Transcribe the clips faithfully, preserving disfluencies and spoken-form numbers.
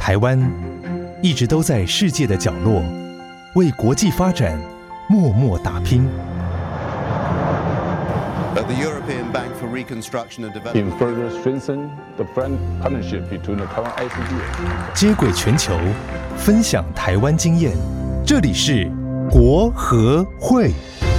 台湾一直都在世界的角落，为国际发展默默打拼。 At the European Bank for Reconstruction and Development, in further strengthen the friend partnership between the Taiwan I C D. 接轨全球，分享台湾经验，这里是国合会。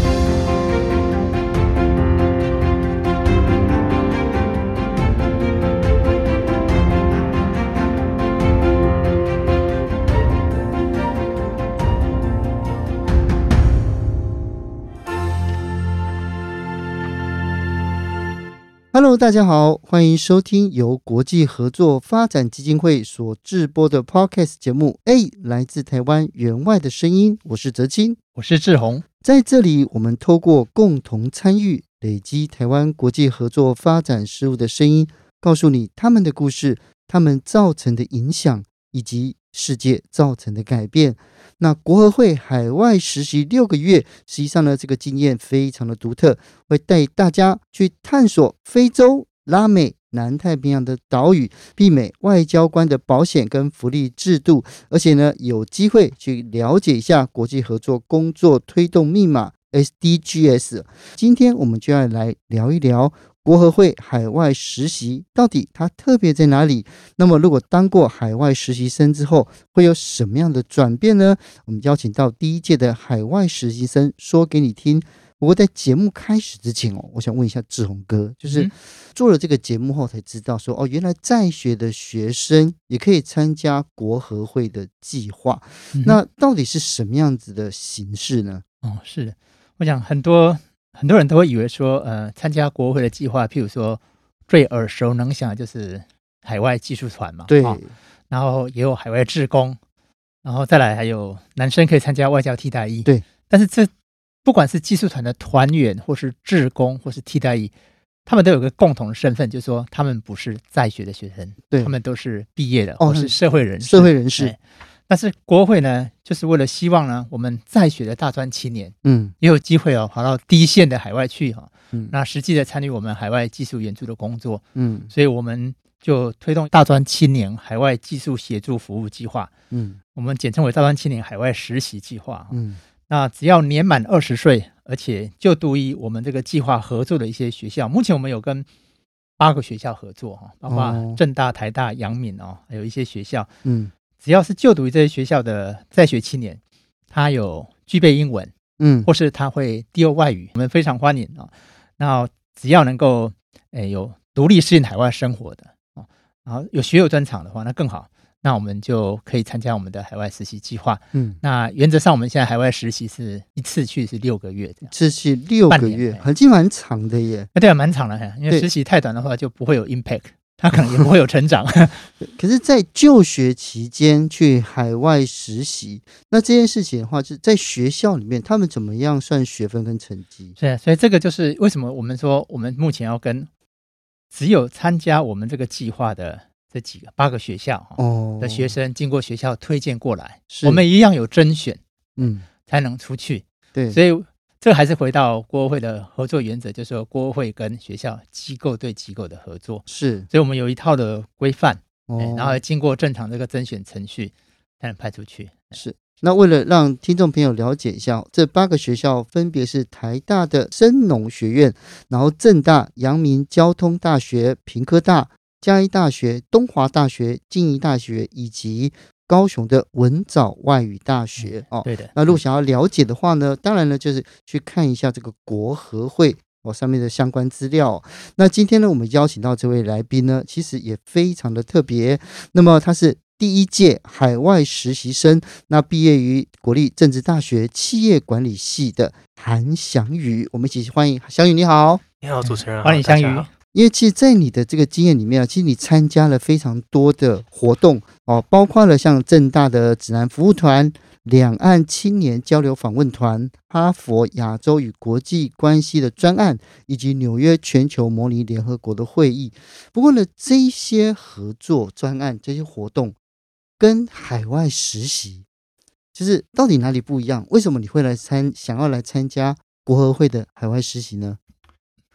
Hello， 大家好，欢迎收听由国际合作发展基金会所制播的 Podcast 节目。A 来自台湾员外的声音，我是哲青， 我是志宏。 在这里，我们透过共同参与，累积台湾国际合作发展事务的声音，告诉你他们的故事，他们造成的影响，以及世界造成的改变。那国合会海外实习六个月，实际上呢，这个经验非常的独特，会带大家去探索非洲、拉美、南太平洋的岛屿，媲美外交官的保险跟福利制度，而且呢，有机会去了解一下国际合作工作推动密码 S D Gs。今天我们就要来聊一聊国合会海外实习到底它特别在哪里？那么如果当过海外实习生之后会有什么样的转变呢？我们邀请到第一届的海外实习生说给你听。不过在节目开始之前哦，我想问一下志宏哥，就是做了这个节目后才知道说哦，原来在学的学生也可以参加国合会的计划，嗯、那到底是什么样子的形式呢？ 哦，是的，我想很多很多人都会以为说，呃，参加国合会的计划，譬如说最耳熟能详的就是海外技术团嘛， 对、 哦，然后也有海外志工，然后再来还有男生可以参加外交替代役， 对， 但是这不管是技术团的团员，或是志工，或是替代役，他们都有个共同的身份，就是说他们不是在学的学生，对，他们都是毕业的，哦、或是社会人士。 社会人士。 但是国合会呢，就是为了希望呢，我们在学的大专青年，嗯，也有机会哦，跑到第一线的海外去哈、哦，嗯，那实际的参与我们海外技术援助的工作，嗯，所以我们就推动大专青年海外技术协助服务计划，嗯，我们简称为大专青年海外实习计划，嗯。那只要年满二十岁，而且就读于我们这个计划合作的一些学校，目前我们有跟八个学校合作哈，包括政大、台大、阳明哦，还有一些学校，嗯，只要是就读于这些学校的在学青年，他有具备英文，嗯，或是他会第二外语，我们非常欢迎啊。那只要能够诶有独立适应海外生活的啊，然后有学有专长的话，那更好。那我们就可以参加我们的海外实习计划。嗯，那原则上我们现在海外实习是一次去是六个月这样， 这是六个月，很近蛮长的耶。 对啊，蛮长的，因为实习太短的话就不会有 impact， 它可能也不会有成长。 可是，在就学期间去海外实习，那这件事情的话，是在学校里面他们怎么样算学分跟成绩？ 是啊，所以这个就是为什么我们说我们目前要跟只有参加我们这个计划的这几个八个学校的学生经过学校推荐过来，我们一样有甄选，嗯，才能出去。对，所以这还是回到国合会的合作原则，就是说国合会跟学校机构对机构的合作，是，所以我们有一套的规范，哦，然后经过正常这个甄选程序才能派出去。 是。那为了让听众朋友了解一下，这八个学校分别是台大的生农学院，然后政大、阳明交通大学、屏科大、嘉义大学、东华大学、静宜大学以及高雄的文藻外语大学、嗯、哦，对的。那如果想要了解的话呢，当然呢就是去看一下这个国合会哦上面的相关资料。那今天呢，我们邀请到这位来宾呢，其实也非常的特别。那么他是第一届海外实习生，那毕业于国立政治大学企业管理系的韩翔宇，我们一起欢迎翔宇。你好。 你好，主持人。 欢迎翔宇。 因为其实在你的这个经验里面啊，其实你参加了非常多的活动哦，包括了像政大的指南服务团、两岸青年交流访问团、哈佛亚洲与国际关系的专案，以及纽约全球模拟联合国的会议。不过呢，这些合作专案、这些活动跟海外实习，就是到底哪里不一样？为什么你会来参想要来参加国合会的海外实习呢？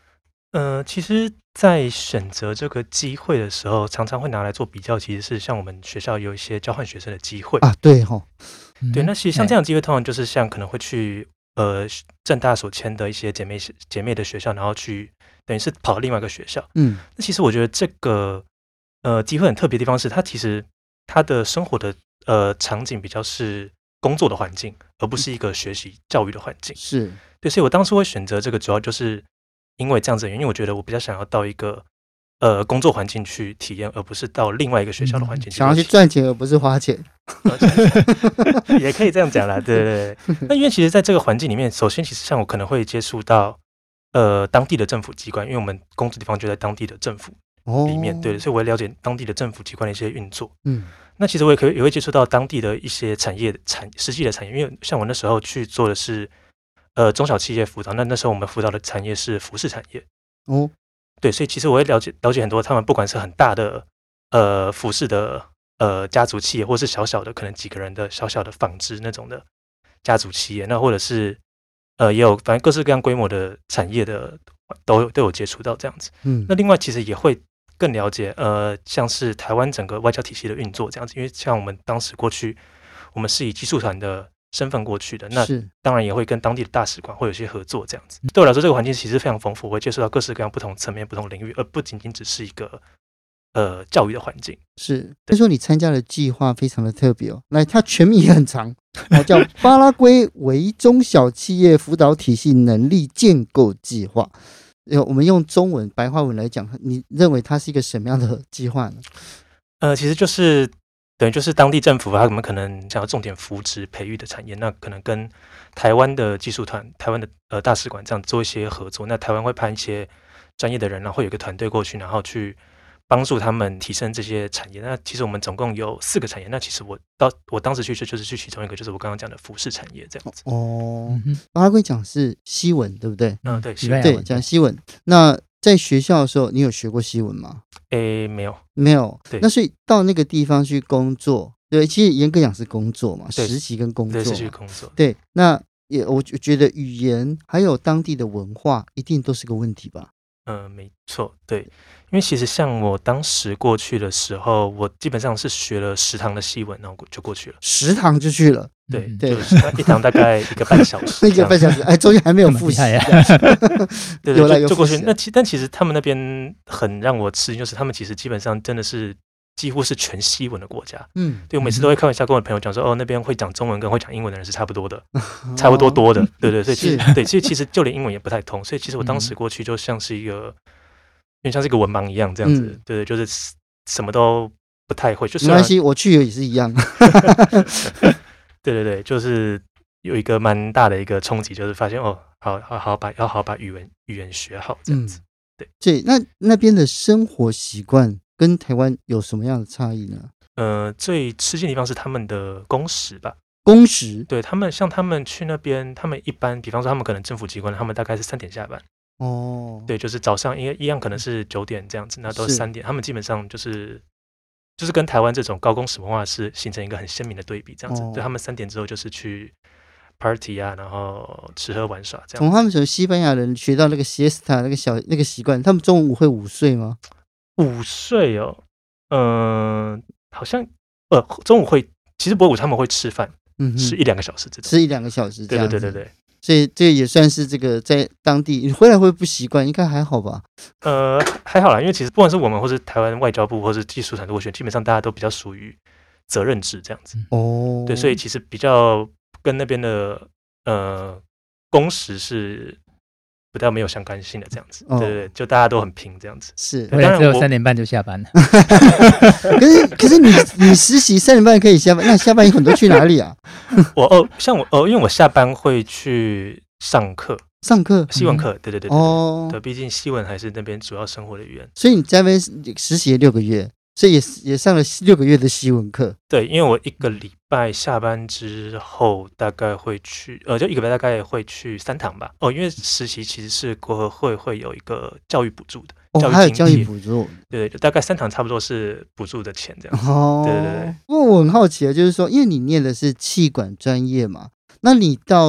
呃，其实在选择这个机会的时候，常常会拿来做比较，其实是像我们学校有一些交换学生的机会啊，对齁， 对，那其实像这样的机会，通常就是像可能会去呃政大所签的一些姐妹姐妹的学校，然后去等于是跑到另外一个学校。嗯，那其实我觉得这个呃机会很特别的地方是，它其实它的生活的呃场景比较是工作的环境，而不是一个学习教育的环境。 是对，所以我当初会选择这个，主要就是因为这样子的原因，因为我觉得我比较想要到一个呃工作环境去体验，而不是到另外一个学校的环境去、嗯、 想要去赚钱，而不是花钱。 也可以这样讲啦，对对对。那因为其实在这个环境里面，首先其实像我可能会接触到呃当地的政府机关，因为我们工作地方就在当地的政府里面，哦、对，所以我会了解当地的政府机关的一些运作。嗯，那其实我也可以也会接触到当地的一些产业产实际的产业，因为像我那时候去做的是。呃，中小企业辅导，那那时候我们辅导的产业是服饰产业。哦，对，所以其实我会了解了解很多，他们不管是很大的呃服饰的呃家族企业，或是小小的可能几个人的小小的纺织那种的家族企业，那或者是呃也有反正各式各样规模的产业的都都有接触到这样子。嗯，那另外其实也会更了解呃像是台湾整个外交体系的运作这样子，因为像我们当时过去，我们是以技术团的身份过去的，那当然也会跟当地的大使馆会有一些合作这样子。对我来说，这个环境其实非常丰富，我会接触到各式各样不同层面、不同领域，而不仅仅只是一个呃教育的环境。 是，所以说你参加的计划非常的特别哦。来，它全名也很长，叫巴拉圭微中小企业辅导体系能力建构计划。我们用中文白话文来讲，你认为它是一个什么样的计划呢？ 呃，其实就是。等于就是当地政府，他们可能想要重点扶植培育的产业，那可能跟台湾的技术团、台湾的呃大使馆这样做一些合作。那台湾会派一些专业的人，然后会有一个团队过去，然后去帮助他们提升这些产业。那其实我们总共有四个产业，那其实我到我当时去就是去其中一个，就是我刚刚讲的服饰产业这样子。 哦，巴拉圭讲是西文，对不对？ 嗯，对， 对，讲西文。那在学校的时候，你有学过西文吗？ 诶，没有， 没有。对，那所以到那个地方去工作，对，其实严格讲是工作嘛，实习跟工作， 对，实习工作。 对，那也我觉得语言还有当地的文化，一定都是个问题吧？ 嗯、呃，没错，对，因为其实像我当时过去的时候，我基本上是学了十堂的西文，然后就过去了， 十堂就去了。 对对，一堂大概一个半小时， 一个半小时，哎，中间还没有复习呀。 对对，就就过去。那其但其实他们那边很让我吃惊，就是他们其实基本上真的是几乎是全西文的国家。嗯，对我每次都会开玩笑跟我的朋友讲说，哦，那边会讲中文跟会讲英文的人是差不多的，差不多多的。对对，所以其实对，所以其实就连英文也不太通。所以其实我当时过去就像是一个，有点像是一个文盲一样这样子。对对，就是什么都不太会。就没关系，我去也是一样。 对对对，就是有一个蛮大的一个冲击，就是发现哦，好好好把要好把语文语言学好这样子。嗯、对， 所以那那边的生活习惯跟台湾有什么样的差异呢？ 呃，最吃惊的地方是他们的工时吧。 工时， 对他们，像他们去那边，他们一般，比方说他们可能政府机关，他们大概是三点下班。哦，对，就是早上一一样可能是九点这样子，那都是三点，他们基本上就是。就是跟台湾这种高工时文化是形成一个很鲜明的对比，这样子。对、哦、他们三点之后就是去 party 啊，然后吃喝玩耍这样。 从他们从西班牙人学到那个 siesta 那个小那个习惯，他们中午会午睡吗？ 午睡哦，嗯、呃，好像呃中午会，其实不会午，他们会吃饭，嗯，吃一两个小时这种， 吃一两个小时这样子。 对对对对对。 所以这也算是这个在当地，你回来会不习惯，应该还好吧？ 呃，还好啦，因为其实不管是我们，或是台湾外交部，或是技术产业学，基本上大家都比较属于责任制这样子。哦，对，所以其实比较跟那边的呃工时是比较没有相干性的这样子。哦、对对，就大家都很拼这样子。 是， 当然只有三点半就下班了。 可是可是你你实习三点半可以下班，那下班有很多去哪里啊？ 我哦，像我哦，因为我下班会去上课， 上课西文课，对对对对哦，对，毕竟西文还是那边主要生活的语言。 所以你在那边实习了六个月，所以也也上了六个月的西文课。 对，因为我一个礼拜下班之后大概会去，呃，就一个礼拜大概会去三堂吧。哦，因为实习其实是国合会会有一个教育补助的。 哦，还有教育补助， 对，大概三堂差不多是补助的钱这样子。哦，对对对。 不过我很好奇的就是说，因为你念的是企管专业嘛，那你到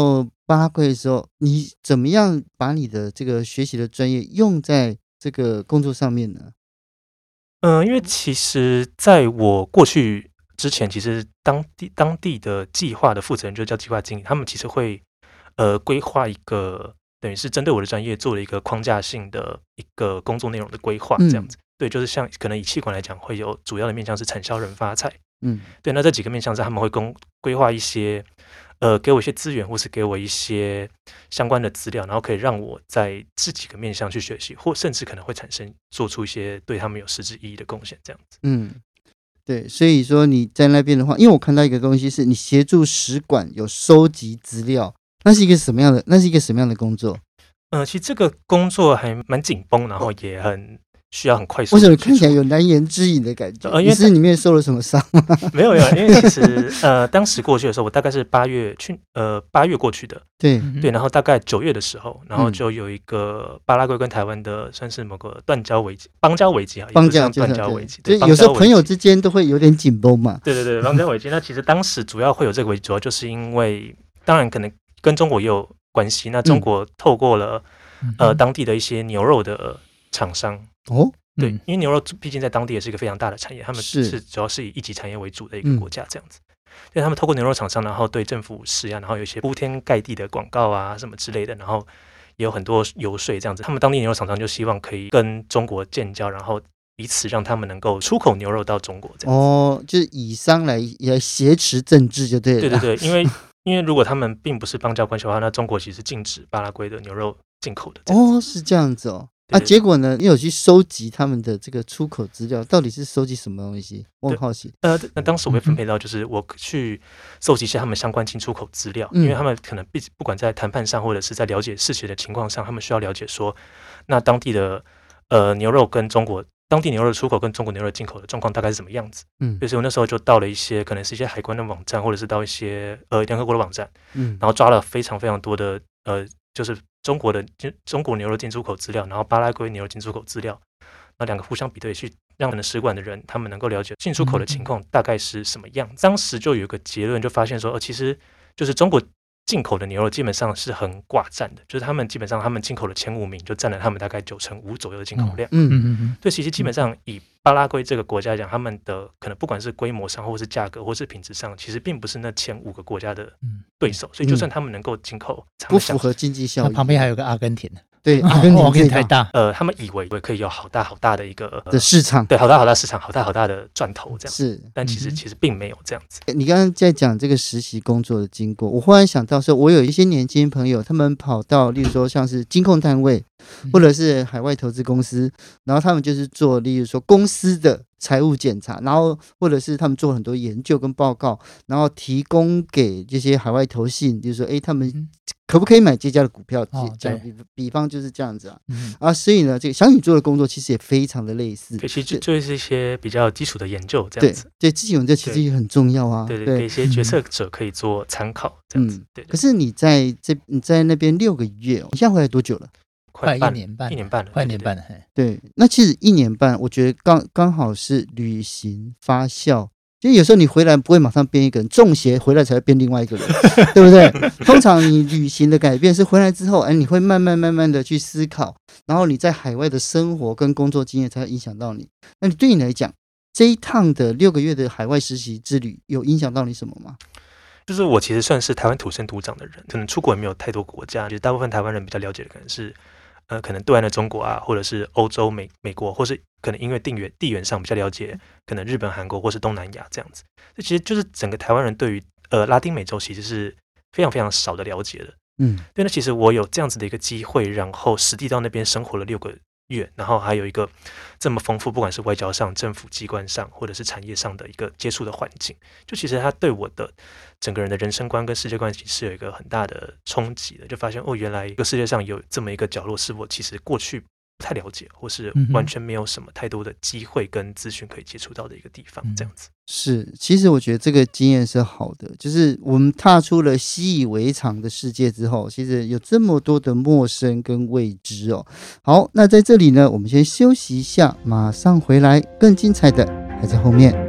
巴拉圭的时候，你怎么样把你的这个学习的专业用在这个工作上面呢？ 嗯、呃，因为其实在我过去之前，其实当地当地的计划的负责人就叫计划经理，他们其实会呃规划一个等于是针对我的专业做了一个框架性的一个工作内容的规划，这样子。嗯、对，就是像可能以企管来讲，会有主要的面向是产销人发财。嗯，对，那这几个面向上，他们会公规划一些呃给我一些资源，或是给我一些相关的资料，然后可以让我在这几个面向去学习，或甚至可能会产生做出一些对他们有实质意义的贡献，这样子。 嗯。对，所以说你在那边的话，因为我看到一个东西是你协助使馆有收集资料，那是一个什么样的？那是一个什么样的工作？ 呃，其实这个工作还蛮紧绷，然后也很需要很快速。 为什么看起来有难言之隐的感觉？呃、因为你是里面受了什么伤吗？ 没有没有，因为其实呃，当时过去的时候，我大概是八月去呃八月过去的， 对对，然后大概九月的时候，然后就有一个巴拉圭跟台湾的算是某个断交危机、邦交危机啊， 邦交断交危机， 对，有时候朋友之间都会有点紧绷嘛。 对对对，邦交危机。那其实当时主要会有这个危机，主要就是因为，当然可能跟中国也有关系。那中国透过了、嗯、呃当地的一些牛肉的厂商哦。对，因为牛肉毕竟在当地也是一个非常大的产业，他们是主要是以一级产业为主的一个国家，这样子。所以他们透过牛肉厂商，然后对政府施压，然后有一些铺天盖地的广告啊什么之类的，然后也有很多游说这样子。他们当地牛肉厂商就希望可以跟中国建交，然后以此让他们能够出口牛肉到中国这样子。 哦，就是以商来来挟持政治就对了。 对对对，因为因为如果他们并不是邦交关系的话，那中国其实禁止巴拉圭的牛肉进口的。 哦，是这样子哦。啊，结果呢？你有去收集他们的这个出口资料，到底是收集什么东西？我很好奇。 呃，那当时我被分配到，就是我去收集一下他们相关进出口资料，嗯、因为他们可能不管在谈判上，或者是在了解事情的情况上，他们需要了解说，那当地的呃牛肉跟中国当地牛肉出口跟中国牛肉进口的状况大概是什么样子？嗯，所以我那时候就到了一些可能是一些海关的网站，或者是到一些呃联合国的网站，嗯，然后抓了非常非常多的呃就是。中国的中国牛肉进出口资料，然后巴拉圭牛肉进出口资料，那两个互相比对，去让我们使馆的人他们能够了解进出口的情况大概是什么样子。当时就有一个结论，就发现说，呃，其实就是中国进口的牛肉基本上是很寡占的，就是他们基本上他们进口的前五名就占了他们大概九成五左右的进口量。嗯嗯嗯。对，其实基本上以巴拉圭这个国家讲，他们的可能不管是规模上，或是价格，或是品质上，其实并不是那前五个国家的对手，所以就算他们能够进口， 不符合经济效益。 旁边还有个阿根廷。 对，阿根廷太大， 呃，他们以为可以有好大好大的一个、呃、 的市场， 对，好大好大市场，好大好大的赚头这样是， 但其实、嗯、其实并没有这样子。 你刚刚在讲这个实习工作的经过，我忽然想到说，我有一些年轻朋友，他们跑到，例如说像是金控单位，或者是海外投资公司，然后他们就是做，例如说公司的财务检查，然后或者是他们做很多研究跟报告，然后提供给这些海外投信，就是说，哎，他们可不可以买这家的股票？哦、这样比比方就是这样子啊。嗯、啊，所以呢，这个小宇做的工作其实也非常的类似。 其实就就是一些比较基础的研究这样子。 对，对自己研究其实也很重要啊。 对对，对给一些决策者可以做参考这样子。嗯、对, 对。 可是你在这你在那边六个月、哦，你现在回来多久了？ 快一年半， 一年半了， 快一年半了。 对，那其实一年半，我觉得刚刚好是旅行发酵。就有时候你回来不会马上变一个人，中邪回来才会变另外一个人，对不对？通常你旅行的改变是回来之后，哎，你会慢慢慢慢的去思考，然后你在海外的生活跟工作经验才会影响到你。那你对你来讲，这一趟的六个月的海外实习之旅有影响到你什么吗？ 就是我其实算是台湾土生土长的人，可能出国也没有太多国家，就是大部分台湾人比较了解的可能是。呃，可能对岸的中国啊，或者是欧洲、美美国，或是可能因为地缘地缘上比较了解，可能日本、韩国或是东南亚这样子。这其实就是整个台湾人对于呃拉丁美洲其实是非常非常少的了解的。嗯，对。那其实我有这样子的一个机会，然后实地到那边生活了六个月，然后还有一个这么丰富，不管是外交上、政府机关上，或者是产业上的一个接触的环境，就其实它对我的整个人的人生观跟世界观其实是有一个很大的冲击的。就发现哦，原来这个世界上有这么一个角落，是我其实过去不太了解，或是完全没有什么太多的机会跟资讯可以接触到的一个地方，这样子。 是，其实我觉得这个经验是好的，就是我们踏出了习以为常的世界之后，其实有这么多的陌生跟未知哦。好，那在这里呢，我们先休息一下，马上回来，更精彩的还在后面。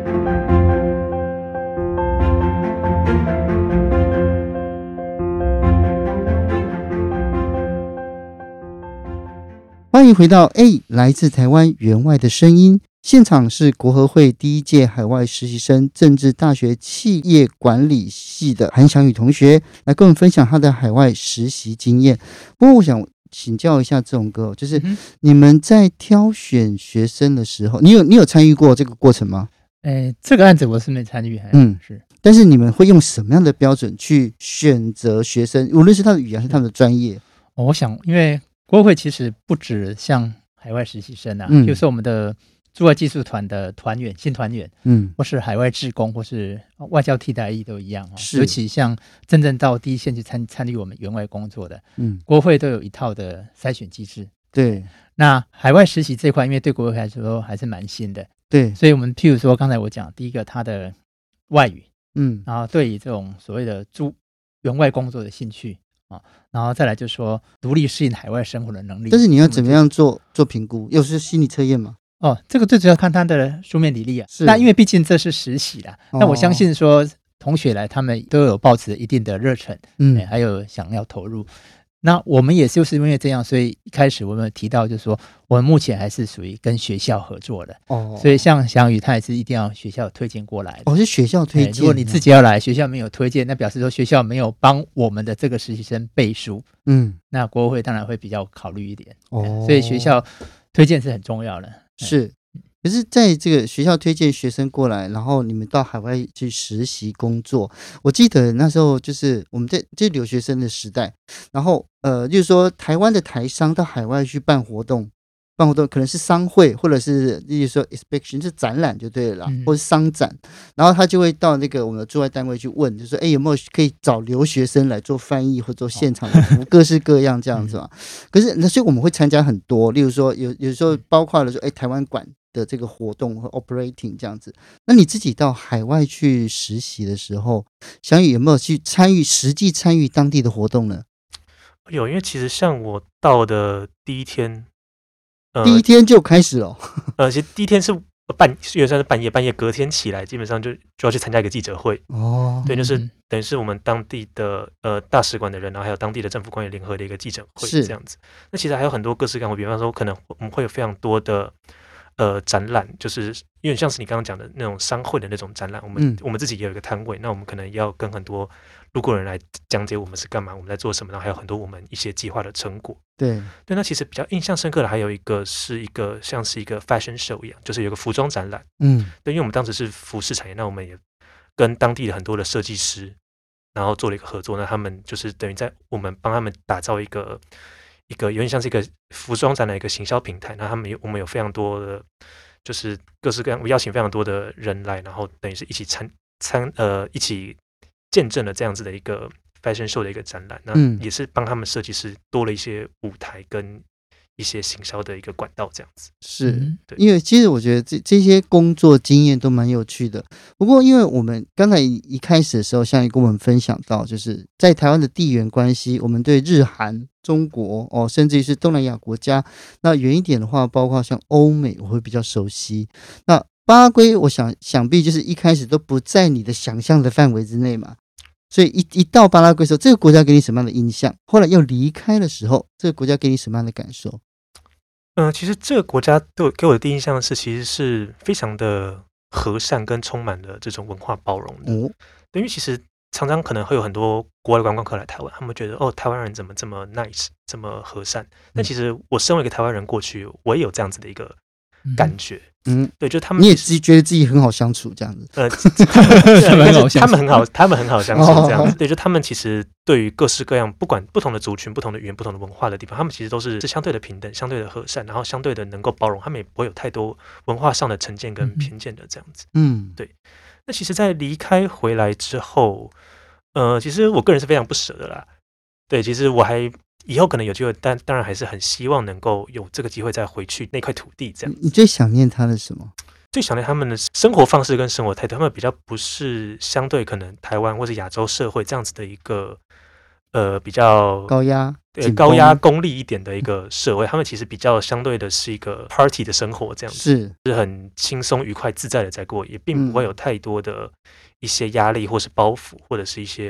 迎回到 A 来自台湾援外的声音，现场是国合会第一届海外实习生政治大学企业管理系的韩翔宇同学，来跟我们分享他的海外实习经验。不过我想请教一下志宏哥，就是你们在挑选学生的时候，你有你有参与过这个过程吗？ 诶，这个案子我是没参与， 嗯，是。但是你们会用什么样的标准去选择学生，无论是他的语言还是他的专业？ 哦、我想，因为国合会其实不止像海外实习生啊，嗯、就是我们的驻外技术团的团员、新团员，嗯，或是海外志工，或是外交替代役都一样、哦、尤其像真正到第一线去参参与我们援外工作的，嗯，国合会都有一套的筛选机制。 对， 那海外实习这块，因为对国合会来说还是蛮新的， 对， 所以我们譬如说刚才我讲，第一个他的外语，嗯，然后对于这种所谓的驻援外工作的兴趣。哦、然后再来就是说独立适应海外生活的能力。 但是你要怎么样做做评估？又是心理测验吗？ 哦，这个最主要看他的书面履历啊。那因为毕竟这是实习啦，哦、那我相信说同学来他们都有抱持一定的热忱，嗯、欸，还有想要投入。那我们也就是因为这样，所以一开始我们有提到就是说我们目前还是属于跟学校合作的，哦，所以像翔宇他也是一定要学校推荐过来的。 哦，是学校推荐、欸、 如果你自己要来，学校没有推荐，那表示说学校没有帮我们的这个实习生背书，嗯，那国合会当然会比较考虑一点，哦，所以学校推荐是很重要的。 是，可是在这个学校推荐学生过来，然后你们到海外去实习工作，我记得那时候就是我们在这留学生的时代，然后呃，就是说台湾的台商到海外去办活动，办活动可能是商会，或者是例如说 exhibition 是展览就对了啦，嗯、或是商展，然后他就会到那个我们的驻外单位去问，就说哎有没有可以找留学生来做翻译或做现场的服务，各式各样这样子嘛。可是那所以我们会参加很多，例如说有有时候包括了说哎台湾馆的这个活动和 operating 这样子。那你自己到海外去实习的时候，翔宇有没有去参与实际参与当地的活动呢？ 有，因为其实像我到的第一天， 呃、第一天就开始了。 呃，其实第一天是半，也算是半夜，半夜隔天起来，基本上就就要去参加一个记者会。哦，对，就是等于是我们当地的呃大使馆的人，然后还有当地的政府官员联合的一个记者会，这样子。那其实还有很多各式各样的，比方说可能我们会有非常多的。呃，展览就是有点像是你刚刚讲的那种商会的那种展览，我们、嗯、我们自己也有一个摊位，那我们可能要跟很多路过人来讲解我们是干嘛，我们在做什么，然后还有很多我们一些计划的成果。 对对，那其实比较印象深刻的还有一个是一个像是一个 fashion show 一样，就是有个服装展览。嗯，对，因为我们当时是服饰产业，那我们也跟当地的很多的设计师，然后做了一个合作，那他们就是等于在我们帮他们打造一个。一个有点像是一个服装展的一个行销平台，那他们有我们有非常多的，就是各式各样，我邀请非常多的人来，然后等于是一起参参呃一起见证了这样子的一个 fashion show 的一个展览，那也是帮他们设计师多了一些舞台跟一些行销的一个管道，这样子。 是，对，因为其实我觉得这这些工作经验都蛮有趣的。不过，因为我们刚才一开始的时候，像跟我们分享到，就是在台湾的地缘关系，我们对日韩、中国哦，甚至于是东南亚国家，那远一点的话，包括像欧美，我会比较熟悉。那巴拉圭，我想想必就是一开始都不在你的想象的范围之内嘛。所以一一到巴拉圭的时候，这个国家给你什么样的印象？后来要离开的时候，这个国家给你什么样的感受？ 嗯、呃，其实这个国家对我给我的第一印象是，其实是非常的和善跟充满了这种文化包容的。哦，因为其实常常可能会有很多国外的观光客来台湾，他们觉得哦，台湾人怎么这么 nice， 这么和善？但其实我身为一个台湾人过去，我也有这样子的一个感觉。嗯，对，就他们， 你也自己觉得自己很好相处这样子，呃， 他们很好，他们很好相处这样子。对，就他们其实对于各式各样，不管不同的族群、不同的语言、不同的文化的地方，他们其实都是是相对的平等、相对的和善，然后相对的能够包容，他们也不会有太多文化上的成见跟偏见的这样子。嗯，对。那其实，在离开回来之后，呃，其实我个人是非常不舍的啦。对，其实我还。以后可能有机会，但当然还是很希望能够有这个机会再回去那块土地。这样， 你最想念他的什么？ 最想念他们的生活方式跟生活态度。他们比较不是相对可能台湾或者亚洲社会这样子的一个呃比较高压、 对高压功利一点的一个社会。他们其实比较相对的是一个 party 的生活，这样子是是很轻松、愉快、自在的在过，也并不会有太多的一些压力或是包袱，或者是一些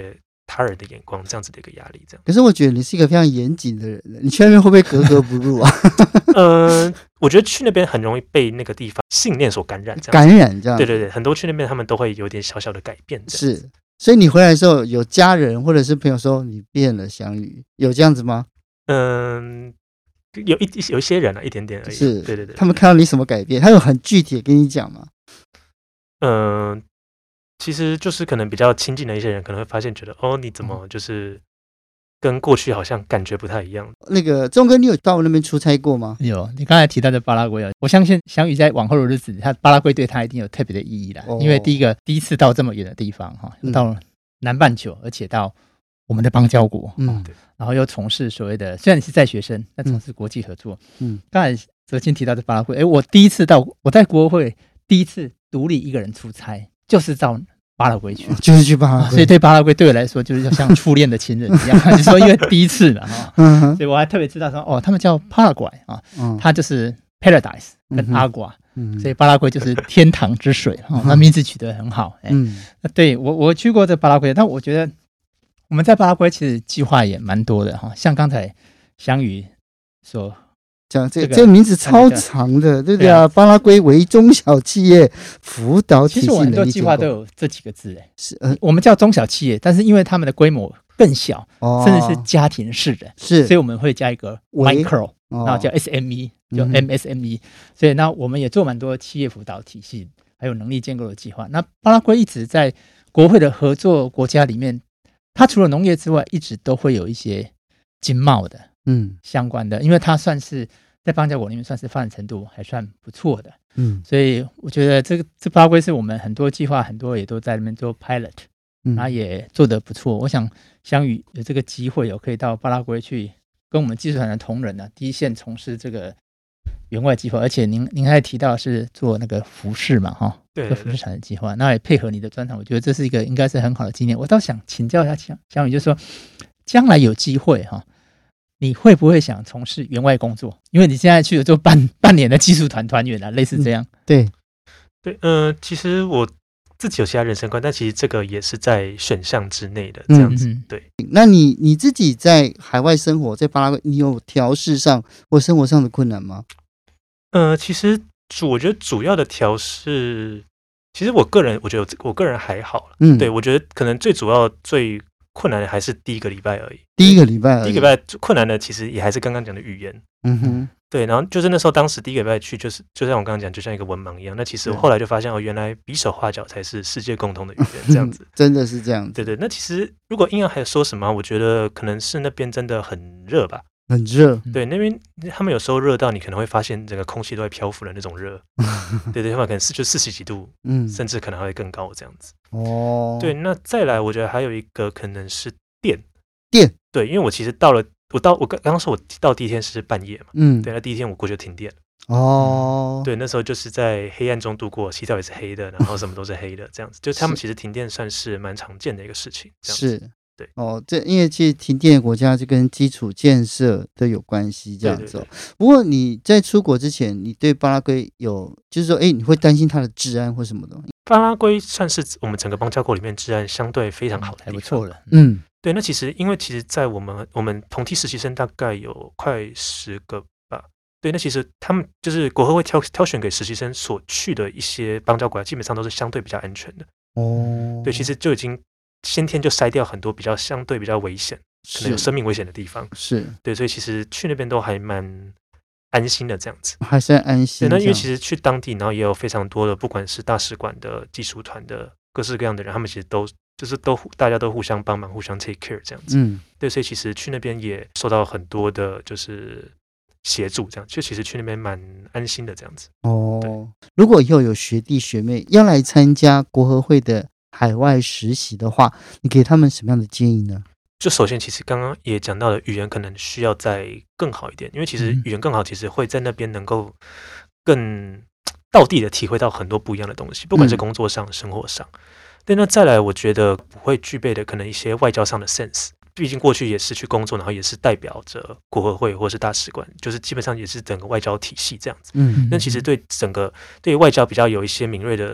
他人的眼光这样子的一个压力。这样。 可是我觉得你是一个非常严谨的人，你去那边会不会格格不入啊？ 呃，我觉得去那边很容易被那个地方信念所感染，这样感染这样。 对对对，很多去那边他们都会有点小小的改变。 是，所以你回来的时候，有家人或者是朋友说你变了，翔宇，有这样子吗？ 嗯，有一有一些人啊，一点点而已。 是， 对对对。 他们看到你什么改变？他有很具体的跟你讲吗？ 嗯、呃，其实就是可能比较亲近的一些人，可能会发现觉得，哦，你怎么就是跟过去好像感觉不太一样。 那个钟哥，你有到那边出差过吗？ 有，你刚才提到的巴拉圭啊，我相信翔宇在往后的日子，他巴拉圭对他一定有特别的意义啦。哦、因为第一个第一次到这么远的地方哈，到南半球，而且到我们的邦交国，嗯，然后又从事所谓的，虽然你是在学生，但从事国际合作，嗯，刚才哲青提到的巴拉圭，哎，我第一次到，我在国会第一次独立一个人出差，就是到巴拉圭去， 就是去巴拉圭， 所以对巴拉圭对我来说，就是像初恋的情人一样，就是说因为第一次嘛，哈，嗯，所以我还特别知道说，哦，他们叫巴拉圭啊，嗯，它就是 paradise 跟阿瓜。嗯，所以巴拉圭就是天堂之水，哦，那名字取得很好。嗯，对我我去过这巴拉圭，但我觉得我们在巴拉圭其实计划也蛮多的哈，像刚才翔宇所讲这个、这个名字超长的，对不对啊？巴拉圭为中小企业辅导体系， 其实我很多计划都有这几个字，哎， 是呃， 我们叫中小企业，但是因为他们的规模更小，哦、甚至是家庭式的， 是， 所以我们会加一个 micro。然后叫 S M E， 叫 M S M E，嗯、所以那我们也做蛮多企业辅导体系，还有能力建构的计划。那巴拉圭一直在国会的合作国家里面，它除了农业之外，一直都会有一些经贸的，嗯，相关的，因为它算是在邦交国里面算是发展程度还算不错的，嗯，所以我觉得这个这巴拉圭是我们很多计划，很多也都在那边做 pilot，嗯，然后也做得不错。我想翔宇有这个机会有可以到巴拉圭去。跟我们技术团的同仁呢、啊，第一线从事这个援外计划，而且您您还提到是做那个服饰嘛，哈， 对， 做服饰产业计划，那也配合你的专长，我觉得这是一个应该是很好的经验。我倒想请教一下翔翔宇，就是说，将来有机会哈，你会不会想从事援外工作？因为你现在去了做半半年的技术团团员啊，类似这样。 嗯、对， 对，嗯、呃，其实我。自己有其他人生观，但其实这个也是在选项之内的这样子。嗯、对， 那你你自己在海外生活，在巴拉圭，你有调试上或生活上的困难吗？ 呃，其实主我觉得主要的调试，其实我个人我觉得我个人还好了。嗯，对我觉得可能最主要最困难的还是第一个礼拜而已。 第一个礼拜而已， 第一个礼拜困难的其实也还是刚刚讲的语言。嗯哼。对，然后就是那时候，当时第一个礼拜去，就是就像我刚刚讲，就像一个文盲一样。那其实我后来就发现，哦，原来比手画脚才是世界共同的语言，这样子， 真的是这样子。 对对，那其实如果硬要还说什么，我觉得可能是那边真的很热吧， 很热。 对，那边他们有时候热到你可能会发现整个空气都会漂浮的那种热。对对，他们可能是就四十几度，嗯，甚至可能还会更高这样子。哦，对，那再来，我觉得还有一个可能是电电。 对，因为我其实到了。我到我刚刚说我到第一天是半夜嘛，嗯，对，那第一天我过去就停电了，哦，对，那时候就是在黑暗中度过，洗澡也是黑的，然后什么都是黑的，这样子，就他们其实停电算是蛮常见的一个事情，这样子是，对， 哦，这因为其实停电的国家就跟基础建设都有关系，这样子、哦。对对对，不过你在出国之前，你对巴拉圭有就是说，哎，你会担心它的治安或什么的？ 巴拉圭算是我们整个邦交国里面治安相对非常好的地方， 还不错了， 嗯。对，那其实因为其实，在我们我们同梯实习生大概有快十个吧。对，那其实他们就是国合会挑挑选给实习生所去的一些邦交国家，基本上都是相对比较安全的。哦，对，其实就已经先天就筛掉很多比较相对比较危险，可能有生命危险的地方。 是， 对，所以其实去那边都还蛮安心的这样子， 还是安心。 对，那因为其实去当地，然后也有非常多的，不管是大使馆的技术团的各式各样的人，他们其实都。就是都大家都互相帮忙，互相 take care 这样子，嗯，对，所以其实去那边也受到很多的，就是协助，这样就其实去那边蛮安心的这样子。 哦，如果以后有学弟学妹要来参加国合会的海外实习的话，你给他们什么样的建议呢？ 就首先，其实刚刚也讲到了，语言可能需要再更好一点，因为其实语言更好，其实会在那边能够更道地的体会到很多不一样的东西，不管是工作上、嗯、生活上。对，那再来，我觉得不会具备的可能一些外交上的 sense， 毕竟过去也是去工作，然后也是代表着国合会或是大使馆，就是基本上也是整个外交体系这样子。嗯，那其实对整个对外交比较有一些敏锐的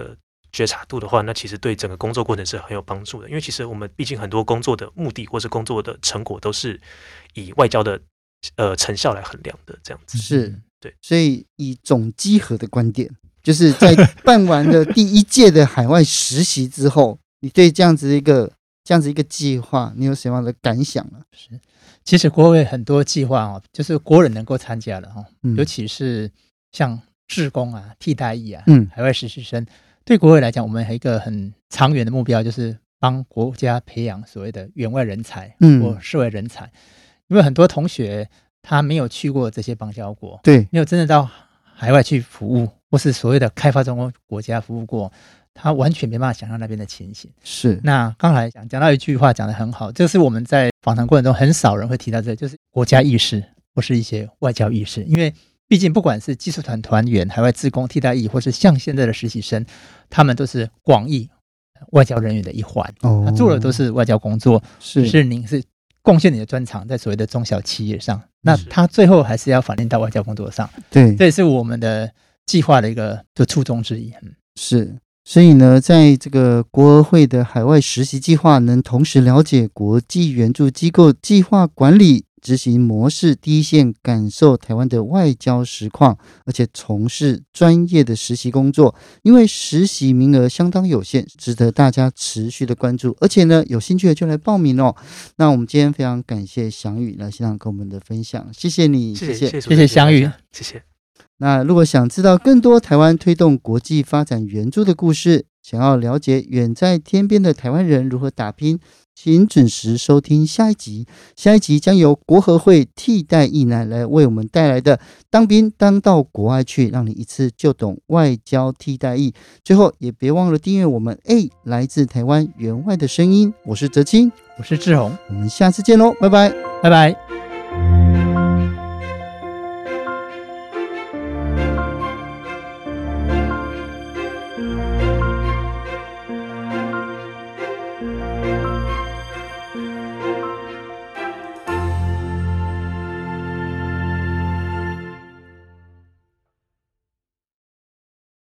觉察度的话，那其实对整个工作过程是很有帮助的。因为其实我们毕竟很多工作的目的或是工作的成果都是以外交的呃成效来衡量的，这样子是对。 所以以总稽核的观点，就是在办完了第一届的海外实习之后，你对这样子一个这样子一个计划，你有什么样的感想呢？ 是，其实国会很多计划哦，就是国人能够参加的哈、哦嗯，尤其是像志工啊、替代役啊、嗯、海外实习生，对国会来讲，我们有一个很长远的目标，就是帮国家培养所谓的援外人才或涉外人才、嗯，因为很多同学他没有去过这些邦交国， 对， 没有真的到海外去服务，或是所谓的开发中国家服务过，他完全没办法想象那边的情形。 是， 那刚才讲讲到一句话讲得很好，这是我们在访谈过程中很少人会提到这，就是国家意识或是一些外交意识。因为毕竟不管是技术团团员、海外志工、替代役，或是像现在的实习生，他们都是广义外交人员的一环，哦、他做的都是外交工作，是是您是贡献你的专长在所谓的中小企业上，那他最后还是要反映到外交工作上。 对， 这也是我们的计划的一个就初衷之一。嗯、 是，所以呢，在这个国合会的海外实习计划，能同时了解国际援助机构计划管理执行模式，第一线感受台湾的外交实况，而且从事专业的实习工作。因为实习名额相当有限，值得大家持续的关注。而且呢，有兴趣的就来报名哦。那我们今天非常感谢翔宇来现场跟我们的分享，谢谢你， 谢谢谢谢翔宇， 谢谢。 那如果想知道更多台湾推动国际发展援助的故事，想要了解远在天边的台湾人如何打拼，请准时收听下一集。下一集将由国合会替代役男来为我们带来的当兵当到国外去，让你一次就懂外交替代役。最后也别忘了订阅我们 A 来自台湾援外的声音。我是哲青， 我是志宏， 我们下次见喽，拜拜， 拜拜。